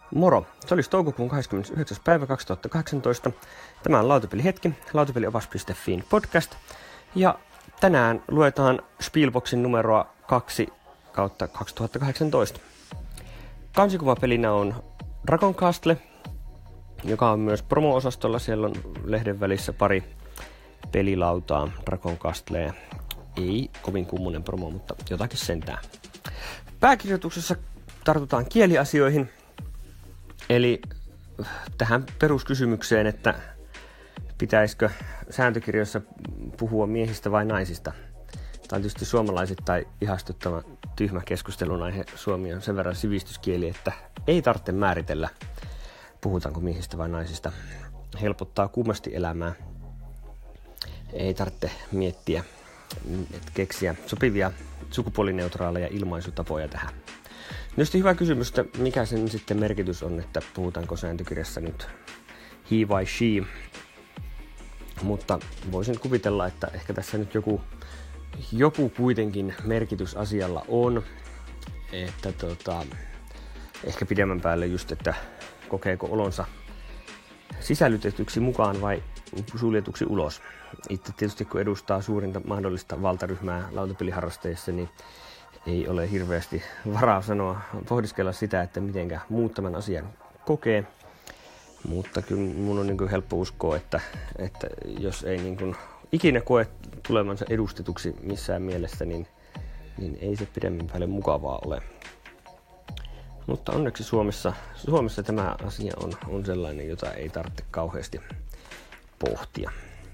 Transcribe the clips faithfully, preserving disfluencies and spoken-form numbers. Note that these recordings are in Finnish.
Moro! Se olisi toukokuun kahdeskymmenesyhdeksäs päivä kaksituhattakahdeksantoista. Tämä on Lautapelihetki, lautapeliopas piste fi podcast. Ja tänään luetaan Spielboxin numeroa kaksi kautta kaksituhattakahdeksantoista. Kansikuvapelinä on Dragon Castle, joka on myös promo-osastolla. Siellä on lehden välissä pari pelilautaa Dragon Castlea. Ei kovin kummonen promo, mutta jotakin sentään. Pääkirjoituksessa tartutaan kieliasioihin. Eli tähän peruskysymykseen, että pitäisikö sääntökirjoissa puhua miehistä vai naisista. Tämä on tietysti suomalaisittain ihastuttava tyhmä keskustelun aihe. Suomi on sen verran sivistyskieli, että ei tarvitse määritellä, puhutaanko miehistä vai naisista. Helpottaa kummasti elämää. Ei tarvitse miettiä, että keksiä sopivia sukupuolineutraaleja ilmaisutapoja tähän. Tietysti hyvä kysymys, että mikä sen sitten merkitys on, että puhutaanko sääntökirjassa nyt he vai she. Mutta voisin kuvitella, että ehkä tässä nyt joku, joku kuitenkin merkitys asialla on. Että tota, ehkä pidemmän päälle just, että kokeeko olonsa sisällytetyksi mukaan vai suljetuksi ulos. Itse tietysti kun edustaa suurinta mahdollista valtaryhmää lautapeliharrasteissa, niin ei ole hirveästi varaa sanoa, pohdiskella sitä, että mitenkä muut tämän asian kokee. Mutta kyllä mun on niin kuin helppo uskoa, että, että jos ei niin kuin ikinä koe tulevansa edustetuksi missään mielessä, niin, niin ei se pidemmän päälle mukavaa ole. Mutta onneksi Suomessa, Suomessa tämä asia on, on sellainen, jota ei tarvitse kauheasti pohtia.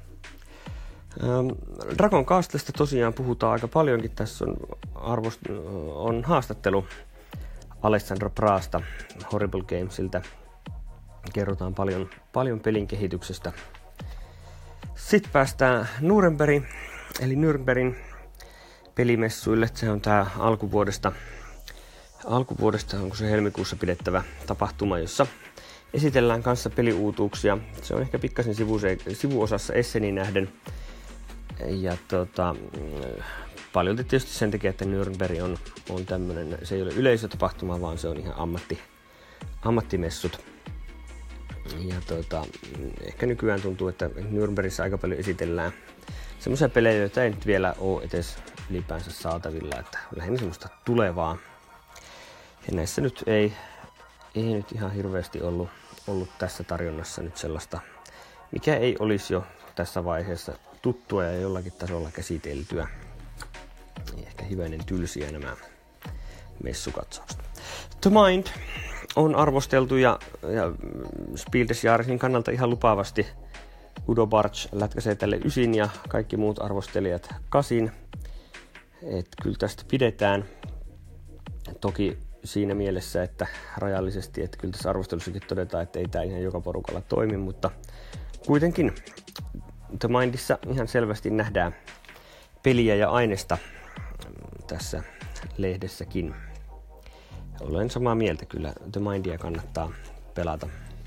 Dragon Castlesta tosiaan puhutaan aika paljonkin. Tässä on, arvost- on haastattelu Alessandro Praasta Horrible Gamesilta. Kerrotaan paljon, paljon pelin kehityksestä. Sitten päästään Nurembergin, eli Nürnbergin pelimessuille. Se on tää alkuvuodesta, alkuvuodesta onko se helmikuussa pidettävä tapahtuma, jossa esitellään kanssa peliuutuuksia. Se on ehkä pikkasen sivu- sivuosassa Esseniin nähden. Ja tota, paljon tietysti sen takia, että Nürnberg on, on tämmönen, se ei ole yleisötapahtuma, vaan se on ihan ammatti, ammattimessut. Ja tota, ehkä nykyään tuntuu, että Nürnbergissä aika paljon esitellään semmoisia pelejä, joita ei nyt vielä ole edes ylipäänsä saatavilla, että lähinnä semmoista tulevaa. Ja näissä nyt ei, ei nyt ihan hirveästi ollut, ollut tässä tarjonnassa nyt sellaista, mikä ei olisi jo tässä vaiheessa tuttua ja jollakin tasolla käsiteltyä. Ehkä hivenen tylsiä nämä messukatsaukset. The Mind on arvosteltu ja, ja Spiel des Jahresin kannalta ihan lupaavasti. Udo Bartsch lätkäsee tälle ysin ja kaikki muut arvostelijat kasin. Et kyllä tästä pidetään. Toki siinä mielessä, että rajallisesti, että kyllä tässä arvostelussakin todetaan, että ei tämä ihan joka porukalla toimi, mutta kuitenkin The Mindissa ihan selvästi nähdään peliä ja aineesta tässä lehdessäkin. Olen samaa mieltä, kyllä The Mindia kannattaa pelata.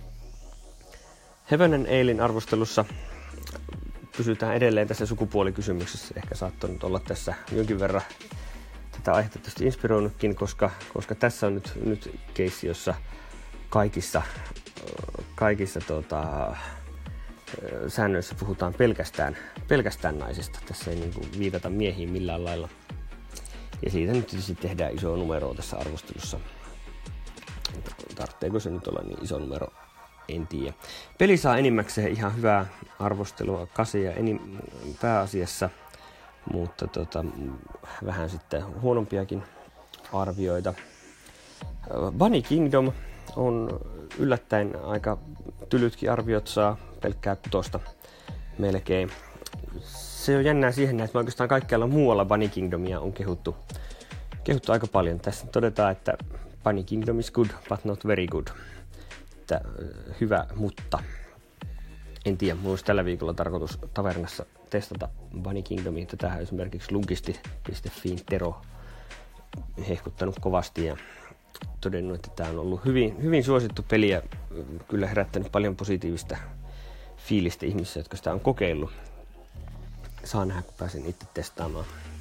Heaven and Alein arvostelussa pysytään edelleen tässä sukupuolikysymyksessä. Ehkä saattanut olla tässä jonkin verran tätä aihetta tietysti inspiroinutkin, koska, koska tässä on nyt, nyt keissi, jossa kaikissa, kaikissa tota, säännöissä puhutaan pelkästään, pelkästään naisista. Tässä ei niin kuin viitata miehiin millään lailla. Ja siitä nyt tietysti tehdään iso numero tässä arvostelussa. Tarvitseeko se nyt olla niin iso numero, en tiedä. Peli saa enimmäkseen ihan hyvää arvostelua, kasia enim, pääasiassa, mutta tota, vähän sitten huonompiakin arvioita. Bunny Kingdom on yllättäen aika tylytkin arviot, saa pelkkää kutosta melkein. Se on jännää siihen, että oikeastaan kaikkialla muualla Bunny Kingdomia on kehuttu, kehuttu aika paljon. Tässä todetaan, että Bunny Kingdom is good, but not very good. Että, hyvä, mutta en tiedä, minulla olisi tällä viikolla tarkoitus tavernassa testata Bunny Kingdomia. Tätähän esimerkiksi lugisti piste fi Tero hehkuttanut kovasti ja todennut, että tämä on ollut hyvin, hyvin suosittu peli ja kyllä herättänyt paljon positiivista fiilistä ihmisissä, jotka sitä on kokeillut. Saa nähdä, kun pääsen itse testaamaan.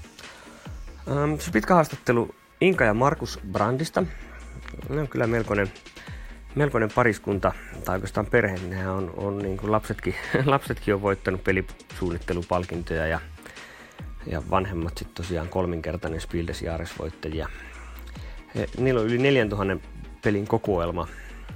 Ähm, se pitkä haastattelu Inka ja Markus Brandista. Ne on kyllä melkoinen, melkoinen pariskunta, tai oikeastaan perhe, nehän on, on niin kuin lapsetkin, lapsetkin on voittanut pelisuunnittelupalkintoja ja, ja vanhemmat sitten tosiaan kolminkertainen Spiel des Jahres-voittajia. He, niillä on yli neljäntuhannen pelin kokoelma.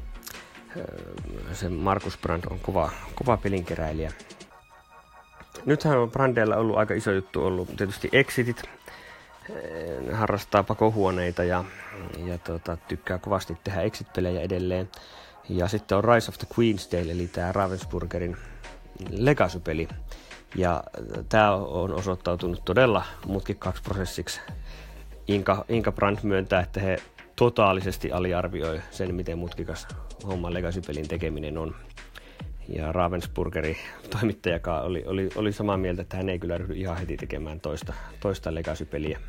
Se Markus Brand on kova, kova pelinkeräilijä. Nythän on Brandeilla ollut aika iso juttu ollut tietysti Exitit. Ne harrastaa pakohuoneita ja, ja tota, tykkää kovasti tehdä Exit-pelejä edelleen. Ja sitten on Rise of the Queensdale, eli tämä Ravensburgerin Legacy-peli. Ja tämä on osoittautunut todella mutkikkaaksi prosessiksi. Inka, Inka Brand myöntää, että he totaalisesti aliarvioi sen, miten mutkikas homma Legacy-pelin tekeminen on. Ja Ravensburgerin toimittajakaan oli, oli, oli samaa mieltä, että hän ei kyllä ryhdy ihan heti tekemään toista, toista Legacy-peliä.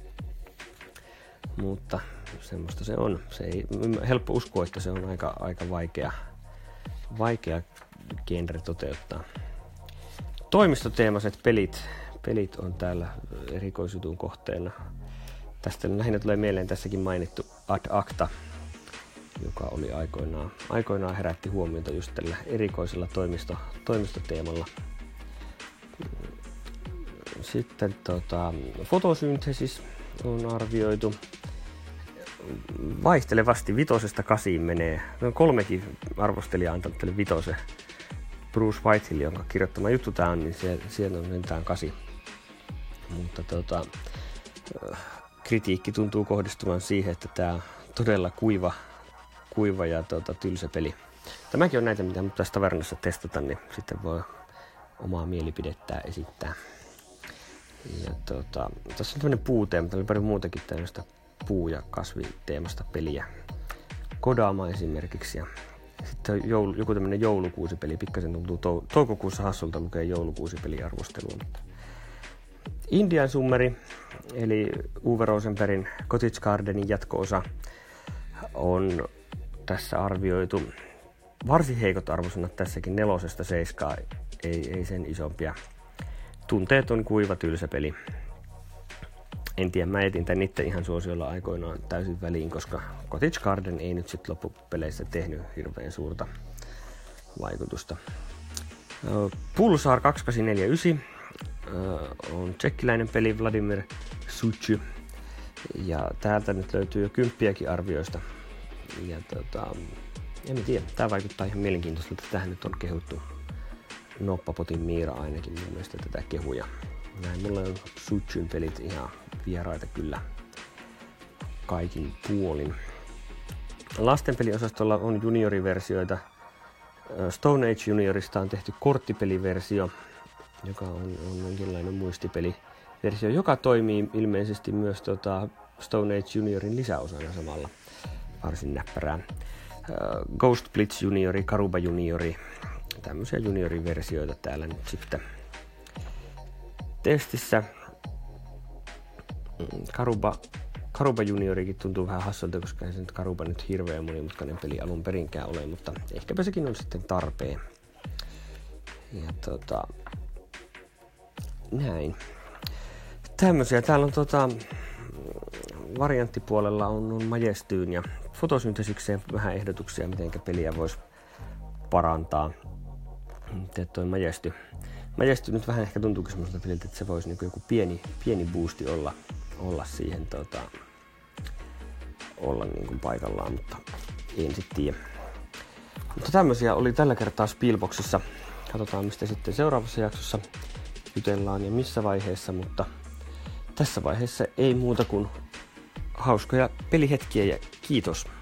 Mutta semmoista se on. Se ei helppo uskoa, että se on aika, aika vaikea, vaikea genre toteuttaa. Toimistoteemaiset pelit, pelit on täällä erikoisjutun kohteena. Tästä lähinnä tulee mieleen tässäkin mainittu Ad Acta, joka oli aikoinaan, aikoinaan herätti huomiota just tällä erikoisella toimisto, toimistoteemalla. Sitten tota, fotosyntesis on arvioitu. Vaihtelevasti vitosesta kasiin menee. No kolmekin arvostelijaa antanut tälle vitose. Bruce Whitehill, jonka kirjoittama juttu tää on, niin se, siellä on sentään kasi. Mutta tota, kritiikki tuntuu kohdistuvan siihen, että tää on todella kuiva, kuiva ja tota, tylsä peli. Tämäkin on näitä, mitä tässä tavernassa testata, niin sitten voi omaa mielipidettää esittää. Ja tota, tässä on tämmönen puuteema, täällä oli paljon muutakin tämmöistä puu- ja kasviteemasta peliä. Kodama esimerkiksi. Ja sitten on joulu, joku tämmönen joulukuusipeli, pikkasen tuntuu tou- toukokuussa hassulta lukee joulukuusipeliarvostelua. Indian Summeri, eli Uwe Rosenbergin Cottage Gardenin jatko-osa, on tässä arvioitu varsin heikot arvosanat tässäkin nelosesta seiskaa, ei, ei sen isompia. Tunteeton kuiva tylsä peli. En tiedä, mä etin tän itse ihan suosiolla aikoinaan täysin väliin, koska Cottage Garden ei nyt sit loppupeleissä tehnyt hirveän suurta vaikutusta. Pulsar kaksituhattakahdeksansataaneljäkymmentäyhdeksän on tsekkiläinen peli, Vladimir Suchy. Ja täältä nyt löytyy jo kymppiäkin arvioista. Ja tota, en tiedä, tää vaikuttaa ihan mielenkiintoiselta. Tähän nyt on kehuttu Noppapotin Miira ainakin mun mielestä tätä kehuja. Näin mulla on Suchyn pelit ihan vieraita kyllä kaikin puolin. Lastenpeliosastolla on junioriversioita. Stone Age Juniorista on tehty korttipeliversio, joka on, on jonkinlainen muistipeliversio, joka toimii ilmeisesti myös tota Stone Age Juniorin lisäosana samalla. Varsin näppärää. Ghost Blitz Juniori, Karuba Juniori, tämmöisiä junioriversioita täällä nyt sitten testissä. Karuba, Karuba Juniorikin tuntuu vähän hassulta, koska ei se nyt Karuba nyt hirveän monimutkainen peli alun perinkään ole, mutta ehkäpä sekin on sitten tarpeen. Ja tota, näin. Tämmöisiä. Täällä on tota, varianttipuolella on, on Majestyyn ja fotosyntesikseen vähän ehdotuksia, miten peliä voisi parantaa. Teet toi Majesty. Majesty nyt vähän ehkä tuntuukin semmoiselta peliltä, että se voisi niin joku pieni, pieni boosti olla, olla siihen tota, olla niin kuin paikallaan, mutta en sitten tiedä. Mutta tämmöisiä oli tällä kertaa Spielboxissa. Katsotaan mistä sitten seuraavassa jaksossa jutellaan ja missä vaiheessa, mutta tässä vaiheessa ei muuta kuin hauskoja pelihetkiä ja kiitos.